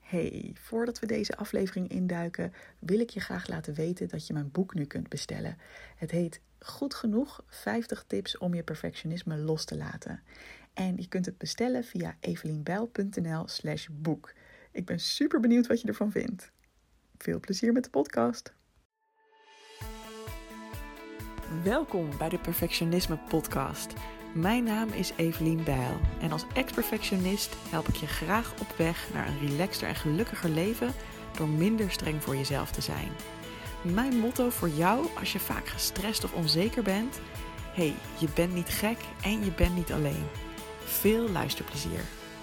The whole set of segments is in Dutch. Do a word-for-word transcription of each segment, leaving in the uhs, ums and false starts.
Hey, voordat we deze aflevering induiken, wil ik je graag laten weten dat je mijn boek nu kunt bestellen. Het heet Goed Genoeg, vijftig tips om je perfectionisme los te laten. En je kunt het bestellen via evelienbijl.nl slash boek. Ik ben super benieuwd wat je ervan vindt. Veel plezier met de podcast. Welkom bij de Perfectionisme Podcast. Mijn naam is Evelien Bijl en als ex-perfectionist help ik je graag op weg naar een relaxter en gelukkiger leven door minder streng voor jezelf te zijn. Mijn motto voor jou als je vaak gestrest of onzeker bent: hey, je bent niet gek en je bent niet alleen. Veel luisterplezier.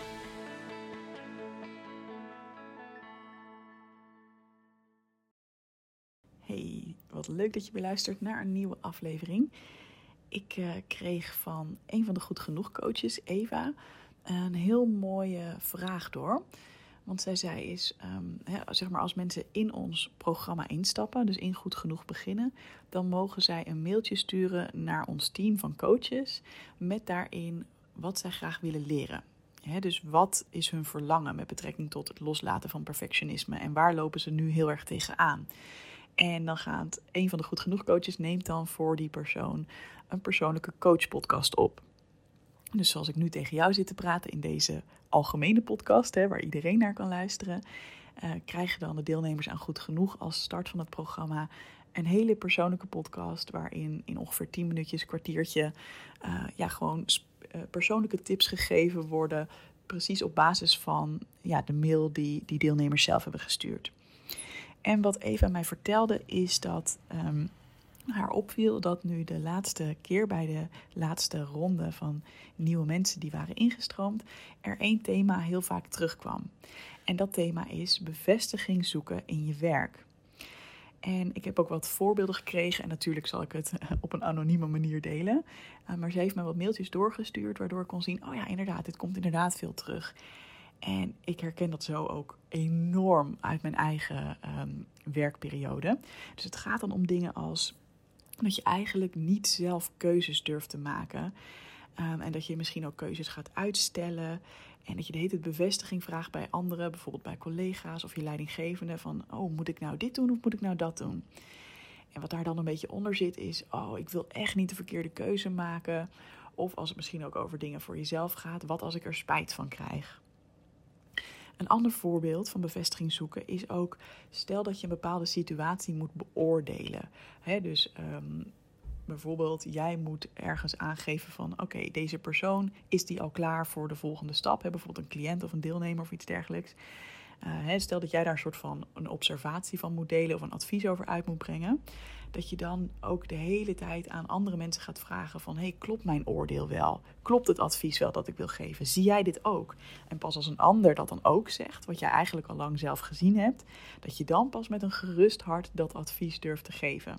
Hey, wat leuk dat je beluistert naar een nieuwe aflevering. Ik uh, kreeg van een van de Goed Genoeg coaches, Eva, een heel mooie vraag door. Want zij zei is, um, hè, zeg maar als mensen in ons programma instappen, dus in Goed Genoeg beginnen, dan mogen zij een mailtje sturen naar ons team van coaches met daarin wat zij graag willen leren. Hè, dus wat is hun verlangen met betrekking tot het loslaten van perfectionisme en waar lopen ze nu heel erg tegenaan? En dan gaat een van de Goed Genoeg coaches neemt dan voor die persoon een persoonlijke coachpodcast op. Dus zoals ik nu tegen jou zit te praten in deze algemene podcast, hè, waar iedereen naar kan luisteren, uh, krijgen dan de deelnemers aan Goed Genoeg als start van het programma een hele persoonlijke podcast waarin in ongeveer tien minuutjes, kwartiertje, uh, ja, gewoon uh, persoonlijke tips gegeven worden, precies op basis van ja, de mail die die deelnemers zelf hebben gestuurd. En wat Eva mij vertelde is dat um, haar opviel dat nu de laatste keer bij de laatste ronde van nieuwe mensen die waren ingestroomd, er één thema heel vaak terugkwam. En dat thema is bevestiging zoeken in je werk. En ik heb ook wat voorbeelden gekregen en natuurlijk zal ik het op een anonieme manier delen. Uh, maar ze heeft me wat mailtjes doorgestuurd waardoor ik kon zien, oh ja, inderdaad, dit komt inderdaad veel terug. En ik herken dat zo ook enorm uit mijn eigen um, werkperiode. Dus het gaat dan om dingen als dat je eigenlijk niet zelf keuzes durft te maken. Um, en dat je misschien ook keuzes gaat uitstellen. En dat je de hele tijd bevestiging vraagt bij anderen, bijvoorbeeld bij collega's of je leidinggevende. Van, oh, moet ik nou dit doen of moet ik nou dat doen? En wat daar dan een beetje onder zit is, oh, ik wil echt niet de verkeerde keuze maken. Of als het misschien ook over dingen voor jezelf gaat, wat als ik er spijt van krijg? Een ander voorbeeld van bevestiging zoeken is ook, stel dat je een bepaalde situatie moet beoordelen. He, dus um, bijvoorbeeld jij moet ergens aangeven van, oké, okay, deze persoon, is die al klaar voor de volgende stap? He, bijvoorbeeld een cliënt of een deelnemer of iets dergelijks. Uh, he, stel dat jij daar een soort van een observatie van moet delen of een advies over uit moet brengen. Dat je dan ook de hele tijd aan andere mensen gaat vragen van, hey, klopt mijn oordeel wel? Klopt het advies wel dat ik wil geven? Zie jij dit ook? En pas als een ander dat dan ook zegt, wat jij eigenlijk al lang zelf gezien hebt, dat je dan pas met een gerust hart dat advies durft te geven.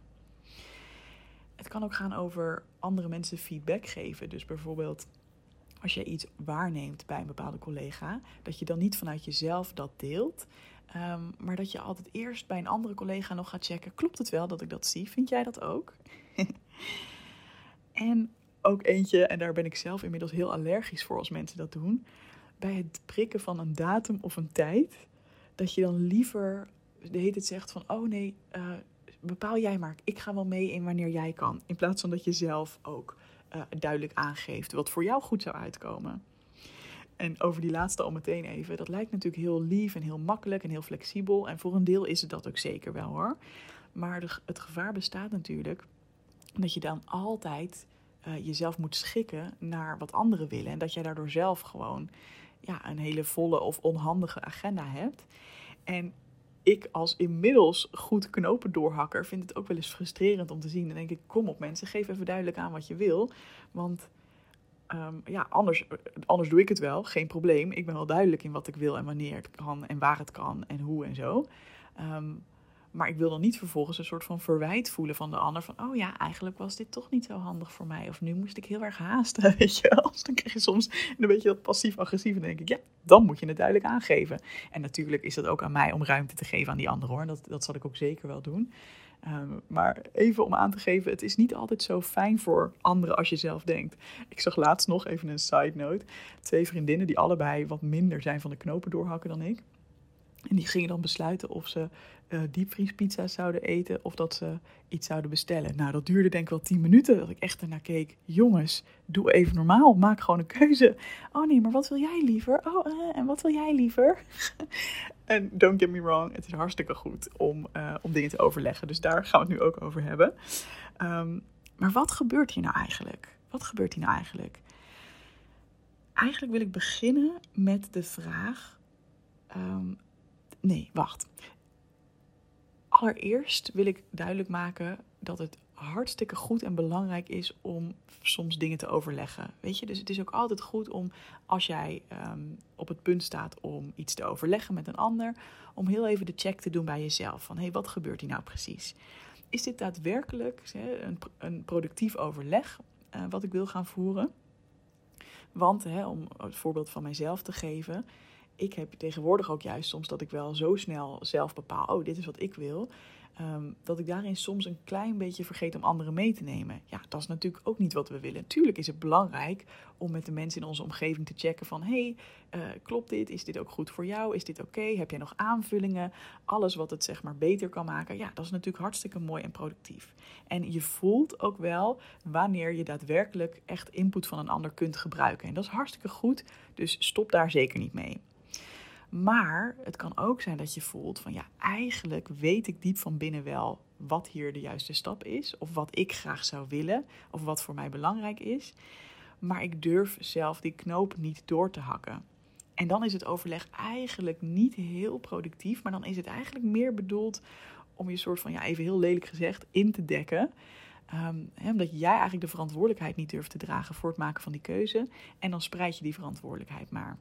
Het kan ook gaan over andere mensen feedback geven. Dus bijvoorbeeld als je iets waarneemt bij een bepaalde collega, dat je dan niet vanuit jezelf dat deelt, um, maar dat je altijd eerst bij een andere collega nog gaat checken, klopt het wel dat ik dat zie? Vind jij dat ook? En ook eentje, en daar ben ik zelf inmiddels heel allergisch voor als mensen dat doen, bij het prikken van een datum of een tijd, dat je dan liever de hele tijd zegt van, oh nee, uh, bepaal jij maar, ik ga wel mee in wanneer jij kan, in plaats van dat je zelf ook Uh, duidelijk aangeeft wat voor jou goed zou uitkomen. En over die laatste al meteen even. Dat lijkt natuurlijk heel lief en heel makkelijk en heel flexibel. En voor een deel is het dat ook zeker wel hoor. Maar de, het gevaar bestaat natuurlijk dat je dan altijd uh, jezelf moet schikken naar wat anderen willen. En dat jij daardoor zelf gewoon ja, een hele volle of onhandige agenda hebt. En ik als inmiddels goed knopen doorhakker vind het ook wel eens frustrerend om te zien. Dan denk ik, kom op mensen, geef even duidelijk aan wat je wil. Want um, ja, anders, anders doe ik het wel, geen probleem. Ik ben wel duidelijk in wat ik wil en wanneer het kan en waar het kan en hoe en zo. Um, maar ik wil dan niet vervolgens een soort van verwijt voelen van de ander. Van, oh ja, eigenlijk was dit toch niet zo handig voor mij. Of nu moest ik heel erg haasten, weet je wel. Dus dan krijg je soms een beetje dat passief-agressief. En dan denk ik, ja, dan moet je het duidelijk aangeven. En natuurlijk is dat ook aan mij om ruimte te geven aan die ander, hoor. Dat, dat zal ik ook zeker wel doen. Um, maar even om aan te geven, het is niet altijd zo fijn voor anderen als je zelf denkt. Ik zag laatst nog, even een side note, twee vriendinnen die allebei wat minder zijn van de knopen doorhakken dan ik. En die gingen dan besluiten of ze uh, diepvriespizza's zouden eten of dat ze iets zouden bestellen. Nou, dat duurde denk ik wel tien minuten dat ik echt ernaar keek. Jongens, doe even normaal, maak gewoon een keuze. Oh nee, maar wat wil jij liever? Oh, uh, en wat wil jij liever? En don't get me wrong, het is hartstikke goed om, uh, om dingen te overleggen. Dus daar gaan we het nu ook over hebben. Um, maar wat gebeurt hier nou eigenlijk? Wat gebeurt hier nou eigenlijk? Eigenlijk wil ik beginnen met de vraag... Um, nee, wacht. Allereerst wil ik duidelijk maken dat het hartstikke goed en belangrijk is om soms dingen te overleggen. Weet je, dus het is ook altijd goed om, als jij um, op het punt staat om iets te overleggen met een ander, om heel even de check te doen bij jezelf. Van, hé, hey, wat gebeurt hier nou precies? Is dit daadwerkelijk hè, een, een productief overleg uh, wat ik wil gaan voeren? Want, hè, om het voorbeeld van mijzelf te geven, ik heb tegenwoordig ook juist soms dat ik wel zo snel zelf bepaal, oh, dit is wat ik wil, um, dat ik daarin soms een klein beetje vergeet om anderen mee te nemen. Ja, dat is natuurlijk ook niet wat we willen. Tuurlijk is het belangrijk om met de mensen in onze omgeving te checken van, hé, hey, uh, klopt dit? Is dit ook goed voor jou? Is dit oké? Okay? Heb jij nog aanvullingen? Alles wat het zeg maar beter kan maken. Ja, dat is natuurlijk hartstikke mooi en productief. En je voelt ook wel wanneer je daadwerkelijk echt input van een ander kunt gebruiken. En dat is hartstikke goed, dus stop daar zeker niet mee. Maar het kan ook zijn dat je voelt van ja, eigenlijk weet ik diep van binnen wel wat hier de juiste stap is. Of wat ik graag zou willen. Of wat voor mij belangrijk is. Maar ik durf zelf die knoop niet door te hakken. En dan is het overleg eigenlijk niet heel productief. Maar dan is het eigenlijk meer bedoeld om je soort van, ja, even heel lelijk gezegd, in te dekken. Um, he, omdat jij eigenlijk de verantwoordelijkheid niet durft te dragen voor het maken van die keuze. En dan spreid je die verantwoordelijkheid maar.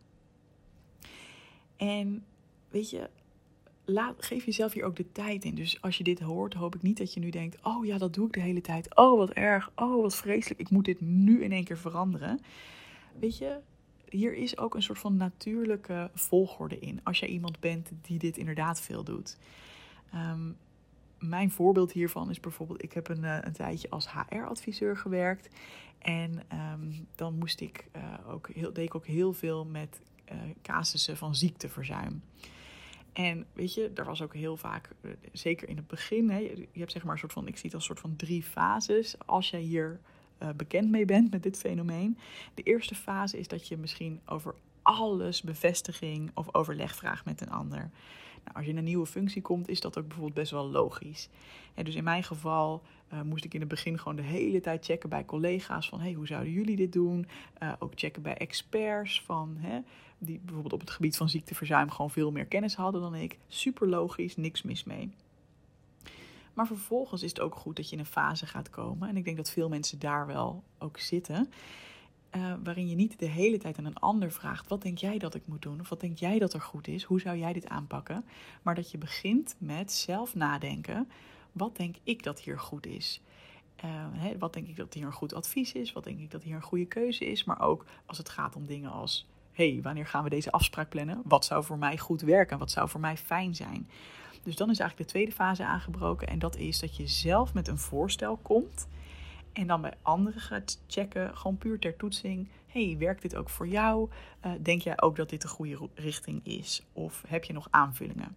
En weet je, laat, geef jezelf hier ook de tijd in. Dus als je dit hoort, hoop ik niet dat je nu denkt, oh ja, dat doe ik de hele tijd. Oh, wat erg. Oh, wat vreselijk. Ik moet dit nu in één keer veranderen. Weet je, hier is ook een soort van natuurlijke volgorde in. Als jij iemand bent die dit inderdaad veel doet. Um, mijn voorbeeld hiervan is bijvoorbeeld, ik heb een, een tijdje als H R-adviseur gewerkt. En um, dan moest ik uh, ook heel, deed ik ook heel veel met Uh, casussen van ziekteverzuim. En weet je, daar was ook heel vaak, uh, zeker in het begin, hè, je, je hebt zeg maar een soort van, ik zie het als een soort van drie fases. Als jij hier uh, bekend mee bent met dit fenomeen. De eerste fase is dat je misschien over alles bevestiging of overleg vraagt met een ander. Nou, als je in een nieuwe functie komt, is dat ook bijvoorbeeld best wel logisch. En dus in mijn geval uh, moest ik in het begin gewoon de hele tijd checken bij collega's van, hey, hoe zouden jullie dit doen? Uh, ook checken bij experts van, hè, die bijvoorbeeld op het gebied van ziekteverzuim gewoon veel meer kennis hadden dan ik. Super logisch, niks mis mee. Maar vervolgens is het ook goed dat je in een fase gaat komen. En ik denk dat veel mensen daar wel ook zitten. Uh, waarin je niet de hele tijd aan een ander vraagt, wat denk jij dat ik moet doen? Of wat denk jij dat er goed is? Hoe zou jij dit aanpakken? Maar dat je begint met zelf nadenken. Wat denk ik dat hier goed is? Uh, hè, wat denk ik dat hier een goed advies is? Wat denk ik dat hier een goede keuze is? Maar ook als het gaat om dingen als, hey, wanneer gaan we deze afspraak plannen? Wat zou voor mij goed werken? Wat zou voor mij fijn zijn? Dus dan is eigenlijk de tweede fase aangebroken. En dat is dat je zelf met een voorstel komt. En dan bij anderen gaat checken, gewoon puur ter toetsing. Hey, werkt dit ook voor jou? Uh, denk jij ook dat dit de goede richting is? Of heb je nog aanvullingen?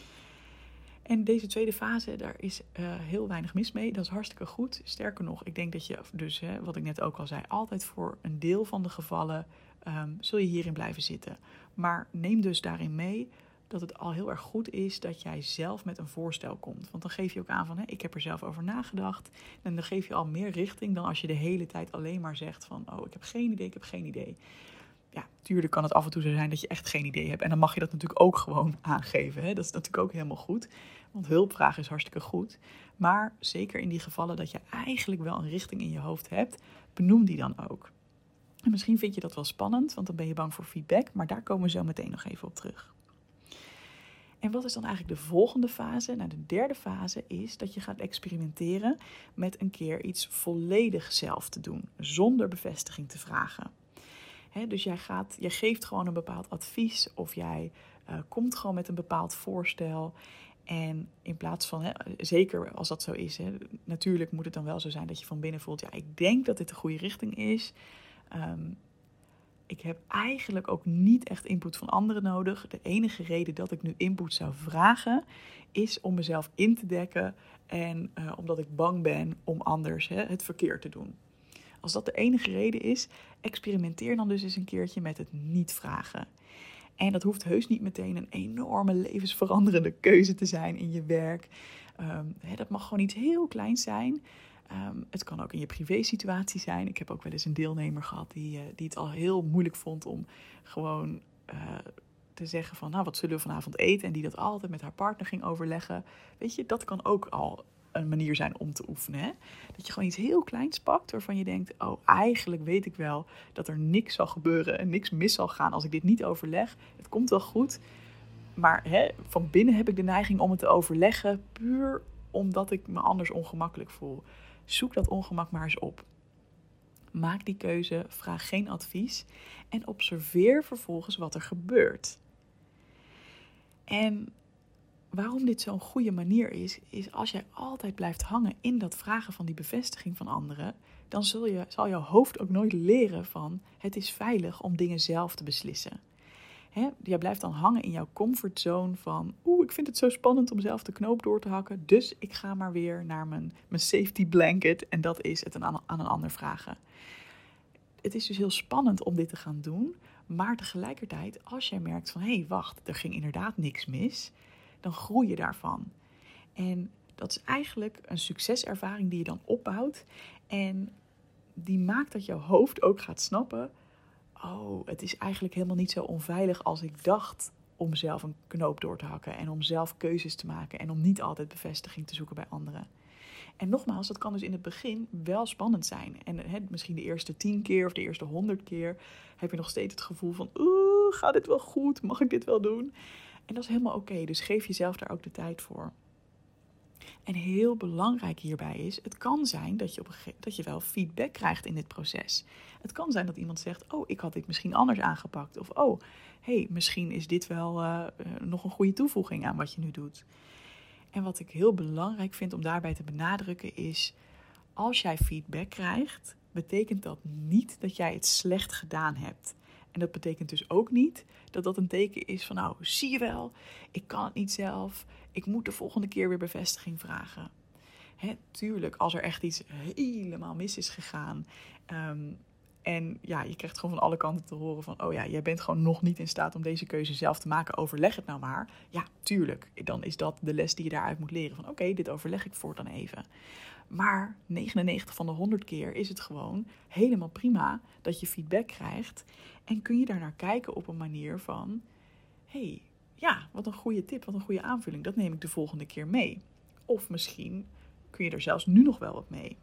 En deze tweede fase, daar is uh, heel weinig mis mee. Dat is hartstikke goed. Sterker nog, ik denk dat je dus, hè, wat ik net ook al zei, altijd voor een deel van de gevallen um, zul je hierin blijven zitten. Maar neem dus daarin mee dat het al heel erg goed is dat jij zelf met een voorstel komt. Want dan geef je ook aan van, hè, ik heb er zelf over nagedacht. En dan geef je al meer richting dan als je de hele tijd alleen maar zegt van, oh, ik heb geen idee, ik heb geen idee. Ja, tuurlijk kan het af en toe zo zijn dat je echt geen idee hebt. En dan mag je dat natuurlijk ook gewoon aangeven. Hè? Dat is natuurlijk ook helemaal goed. Want hulpvragen is hartstikke goed. Maar zeker in die gevallen dat je eigenlijk wel een richting in je hoofd hebt, benoem die dan ook. En misschien vind je dat wel spannend, want dan ben je bang voor feedback. Maar daar komen we zo meteen nog even op terug. En wat is dan eigenlijk de volgende fase? Nou, de derde fase is dat je gaat experimenteren met een keer iets volledig zelf te doen. Zonder bevestiging te vragen. He, dus jij, gaat, jij geeft gewoon een bepaald advies of jij uh, komt gewoon met een bepaald voorstel. En in plaats van, he, zeker als dat zo is, he, natuurlijk moet het dan wel zo zijn dat je van binnen voelt, ja, ik denk dat dit de goede richting is. Um, Ik heb eigenlijk ook niet echt input van anderen nodig. De enige reden dat ik nu input zou vragen is om mezelf in te dekken en uh, omdat ik bang ben om anders hè, het verkeerd te doen. Als dat de enige reden is, experimenteer dan dus eens een keertje met het niet vragen. En dat hoeft heus niet meteen een enorme levensveranderende keuze te zijn in je werk. Um, hè, dat mag gewoon iets heel kleins zijn. Um, het kan ook in je privésituatie zijn. Ik heb ook wel eens een deelnemer gehad die, uh, die het al heel moeilijk vond om gewoon uh, te zeggen van, nou, wat zullen we vanavond eten? En die dat altijd met haar partner ging overleggen. Weet je, dat kan ook al een manier zijn om te oefenen. Hè? Dat je gewoon iets heel kleins pakt waarvan je denkt, oh, eigenlijk weet ik wel dat er niks zal gebeuren en niks mis zal gaan als ik dit niet overleg. Het komt wel goed. Maar hè, van binnen heb ik de neiging om het te overleggen, puur omdat ik me anders ongemakkelijk voel. Zoek dat ongemak maar eens op. Maak die keuze, vraag geen advies en observeer vervolgens wat er gebeurt. En waarom dit zo'n goede manier is, is als jij altijd blijft hangen in dat vragen van die bevestiging van anderen, dan zul je, zal jouw hoofd ook nooit leren van het is veilig om dingen zelf te beslissen. Hè? Jij blijft dan hangen in jouw comfortzone van oeh, ik vind het zo spannend om zelf de knoop door te hakken, dus ik ga maar weer naar mijn, mijn safety blanket en dat is het aan, aan een ander vragen. Het is dus heel spannend om dit te gaan doen, maar tegelijkertijd als jij merkt van hé, hey, wacht, er ging inderdaad niks mis, dan groei je daarvan. En dat is eigenlijk een succeservaring die je dan opbouwt en die maakt dat jouw hoofd ook gaat snappen, oh, het is eigenlijk helemaal niet zo onveilig als ik dacht om zelf een knoop door te hakken en om zelf keuzes te maken en om niet altijd bevestiging te zoeken bij anderen. En nogmaals, dat kan dus in het begin wel spannend zijn. En he, misschien de eerste tien keer of de eerste honderd keer heb je nog steeds het gevoel van, oeh, gaat dit wel goed? Mag ik dit wel doen? En dat is helemaal oké, okay, dus geef jezelf daar ook de tijd voor. En heel belangrijk hierbij is, het kan zijn dat je, op een ge- dat je wel feedback krijgt in dit proces. Het kan zijn dat iemand zegt, oh, ik had dit misschien anders aangepakt. Of, oh, hey, misschien is dit wel uh, nog een goede toevoeging aan wat je nu doet. En wat ik heel belangrijk vind om daarbij te benadrukken is, als jij feedback krijgt, betekent dat niet dat jij het slecht gedaan hebt. En dat betekent dus ook niet dat dat een teken is van, nou, zie je wel, ik kan het niet zelf. Ik moet de volgende keer weer bevestiging vragen. Hè, tuurlijk, als er echt iets helemaal mis is gegaan. Um, en ja, je krijgt gewoon van alle kanten te horen van, oh ja, jij bent gewoon nog niet in staat om deze keuze zelf te maken. Overleg het nou maar. Ja, tuurlijk. Dan is dat de les die je daaruit moet leren. Van oké, okay, dit overleg ik voortaan even. Maar negenennegentig van de honderd keer is het gewoon helemaal prima dat je feedback krijgt. En kun je daarnaar kijken op een manier van, hé, hey, ja, wat een goede tip, wat een goede aanvulling. Dat neem ik de volgende keer mee. Of misschien kun je er zelfs nu nog wel wat mee.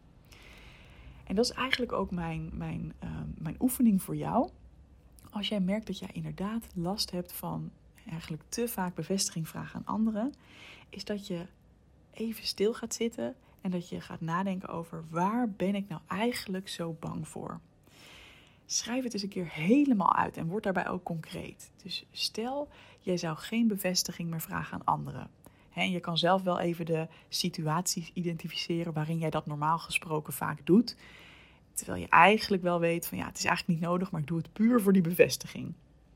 En dat is eigenlijk ook mijn, mijn, uh, mijn oefening voor jou. Als jij merkt dat jij inderdaad last hebt van eigenlijk te vaak bevestiging vragen aan anderen, is dat je even stil gaat zitten en dat je gaat nadenken over waar ben ik nou eigenlijk zo bang voor. Schrijf het eens een keer helemaal uit en word daarbij ook concreet. Dus stel, jij zou geen bevestiging meer vragen aan anderen. En je kan zelf wel even de situaties identificeren waarin jij dat normaal gesproken vaak doet. Terwijl je eigenlijk wel weet van ja, het is eigenlijk niet nodig, maar ik doe het puur voor die bevestiging.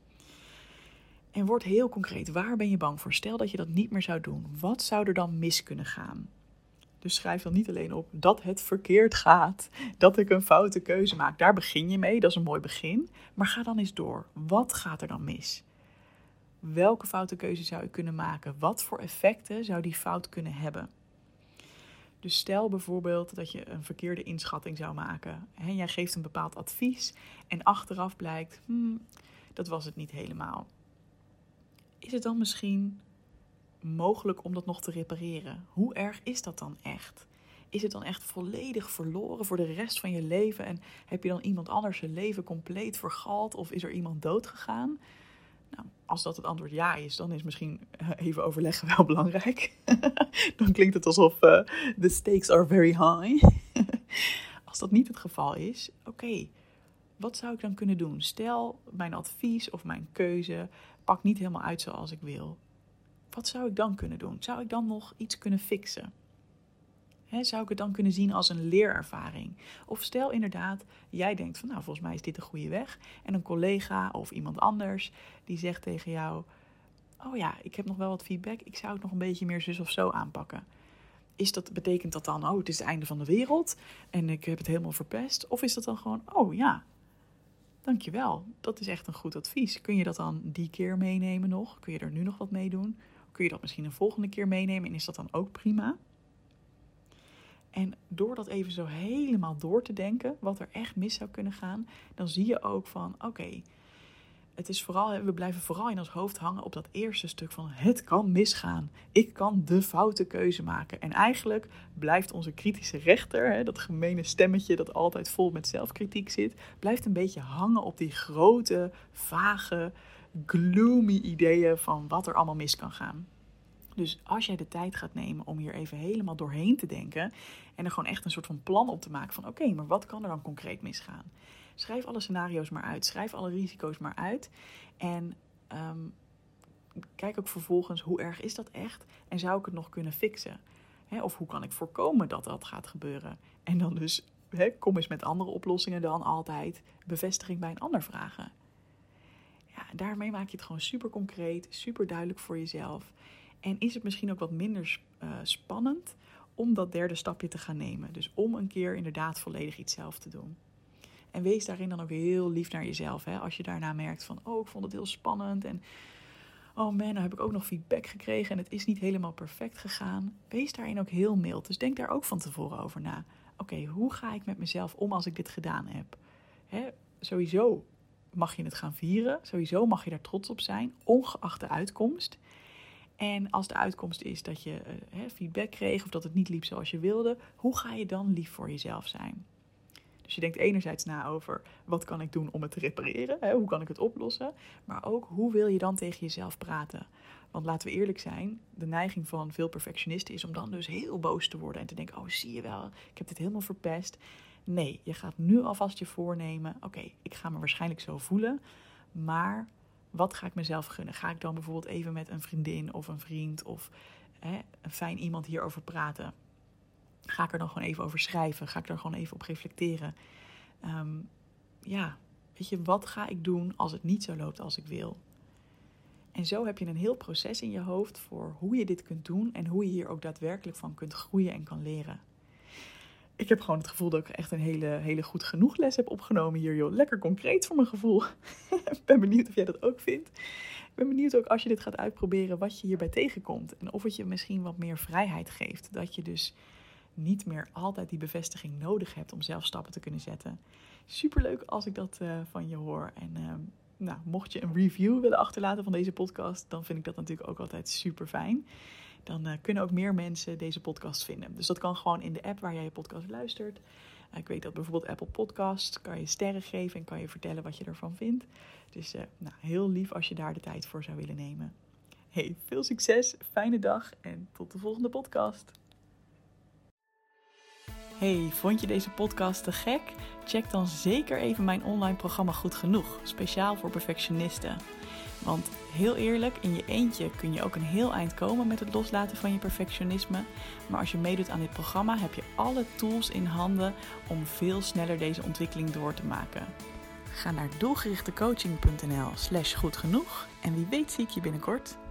En word heel concreet, waar ben je bang voor? Stel dat je dat niet meer zou doen. Wat zou er dan mis kunnen gaan? Dus schrijf dan niet alleen op dat het verkeerd gaat, dat ik een foute keuze maak. Daar begin je mee, dat is een mooi begin. Maar ga dan eens door. Wat gaat er dan mis? Welke foute keuze zou je kunnen maken? Wat voor effecten zou die fout kunnen hebben? Dus stel bijvoorbeeld dat je een verkeerde inschatting zou maken. En jij geeft een bepaald advies en achteraf blijkt, hmm, dat was het niet helemaal. Is het dan misschien mogelijk om dat nog te repareren? Hoe erg is dat dan echt? Is het dan echt volledig verloren voor de rest van je leven? En heb je dan iemand anders zijn leven compleet vergald? Of is er iemand dood gegaan? Nou, als dat het antwoord ja is, dan is misschien even overleggen wel belangrijk. Dan klinkt het alsof uh, the stakes are very high. Als dat niet het geval is, oké, okay, wat zou ik dan kunnen doen? Stel, mijn advies of mijn keuze pakt niet helemaal uit zoals ik wil. Wat zou ik dan kunnen doen? Zou ik dan nog iets kunnen fixen? He, zou ik het dan kunnen zien als een leerervaring? Of stel inderdaad, jij denkt van nou, volgens mij is dit de goede weg. En een collega of iemand anders die zegt tegen jou, oh ja, ik heb nog wel wat feedback. Ik zou het nog een beetje meer zus of zo aanpakken. Is dat, betekent dat dan, oh, het is het einde van de wereld en ik heb het helemaal verpest? Of is dat dan gewoon, oh ja, dankjewel, dat is echt een goed advies. Kun je dat dan die keer meenemen nog? Kun je er nu nog wat mee doen? Kun je dat misschien een volgende keer meenemen en is dat dan ook prima? En door dat even zo helemaal door te denken, wat er echt mis zou kunnen gaan, dan zie je ook van, oké, okay, het is vooral, we blijven vooral in ons hoofd hangen op dat eerste stuk van het kan misgaan. Ik kan de foute keuze maken. En eigenlijk blijft onze kritische rechter, dat gemene stemmetje dat altijd vol met zelfkritiek zit, blijft een beetje hangen op die grote, vage, gloomy ideeën van wat er allemaal mis kan gaan. Dus als jij de tijd gaat nemen om hier even helemaal doorheen te denken en er gewoon echt een soort van plan op te maken van oké, okay, maar wat kan er dan concreet misgaan? Schrijf alle scenario's maar uit, schrijf alle risico's maar uit en um, kijk ook vervolgens hoe erg is dat echt en zou ik het nog kunnen fixen? He, of hoe kan ik voorkomen dat dat gaat gebeuren? En dan dus, he, kom eens met andere oplossingen dan altijd bevestiging bij een ander vragen. Ja, daarmee maak je het gewoon super concreet, super duidelijk voor jezelf. En is het misschien ook wat minder uh, spannend om dat derde stapje te gaan nemen. Dus om een keer inderdaad volledig iets zelf te doen. En wees daarin dan ook heel lief naar jezelf. Hè? Als je daarna merkt van, oh, ik vond het heel spannend. En oh man, nou heb ik ook nog feedback gekregen en het is niet helemaal perfect gegaan. Wees daarin ook heel mild. Dus denk daar ook van tevoren over na. Oké, okay, hoe ga ik met mezelf om als ik dit gedaan heb? Hè? Sowieso mag je het gaan vieren. Sowieso mag je daar trots op zijn, ongeacht de uitkomst. En als de uitkomst is dat je uh, feedback kreeg of dat het niet liep zoals je wilde, hoe ga je dan lief voor jezelf zijn? Dus je denkt enerzijds na over wat kan ik doen om het te repareren, hè? Hoe kan ik het oplossen, maar ook hoe wil je dan tegen jezelf praten? Want laten we eerlijk zijn, de neiging van veel perfectionisten is om dan dus heel boos te worden en te denken, oh zie je wel, ik heb dit helemaal verpest. Nee, je gaat nu alvast je voornemen, oké, okay, ik ga me waarschijnlijk zo voelen, maar wat ga ik mezelf gunnen? Ga ik dan bijvoorbeeld even met een vriendin of een vriend of hè, een fijn iemand hierover praten? Ga ik er dan gewoon even over schrijven? Ga ik er gewoon even op reflecteren? Um, ja, weet je, wat ga ik doen als het niet zo loopt als ik wil? En zo heb je een heel proces in je hoofd voor hoe je dit kunt doen en hoe je hier ook daadwerkelijk van kunt groeien en kan leren. Ik heb gewoon het gevoel dat ik echt een hele, hele goed genoeg les heb opgenomen hier, joh. Lekker concreet voor mijn gevoel. Ik ben benieuwd of jij dat ook vindt. Ik ben benieuwd ook als je dit gaat uitproberen wat je hierbij tegenkomt. En of het je misschien wat meer vrijheid geeft. Dat je dus niet meer altijd die bevestiging nodig hebt om zelf stappen te kunnen zetten. Superleuk als ik dat uh, van je hoor. En uh, nou, mocht je een review willen achterlaten van deze podcast, dan vind ik dat natuurlijk ook altijd super fijn. Dan uh, kunnen ook meer mensen deze podcast vinden. Dus dat kan gewoon in de app waar jij je podcast luistert. Uh, ik weet dat bijvoorbeeld Apple Podcasts kan je sterren geven en kan je vertellen wat je ervan vindt. Dus uh, nou, heel lief als je daar de tijd voor zou willen nemen. Hey, veel succes, fijne dag en tot de volgende podcast. Hey, vond je deze podcast te gek? Check dan zeker even mijn online programma Goed Genoeg, speciaal voor perfectionisten. Want heel eerlijk, in je eentje kun je ook een heel eind komen met het loslaten van je perfectionisme. Maar als je meedoet aan dit programma heb je alle tools in handen om veel sneller deze ontwikkeling door te maken. Ga naar doelgerichtecoaching punt n l slash goed genoeg en wie weet zie ik je binnenkort.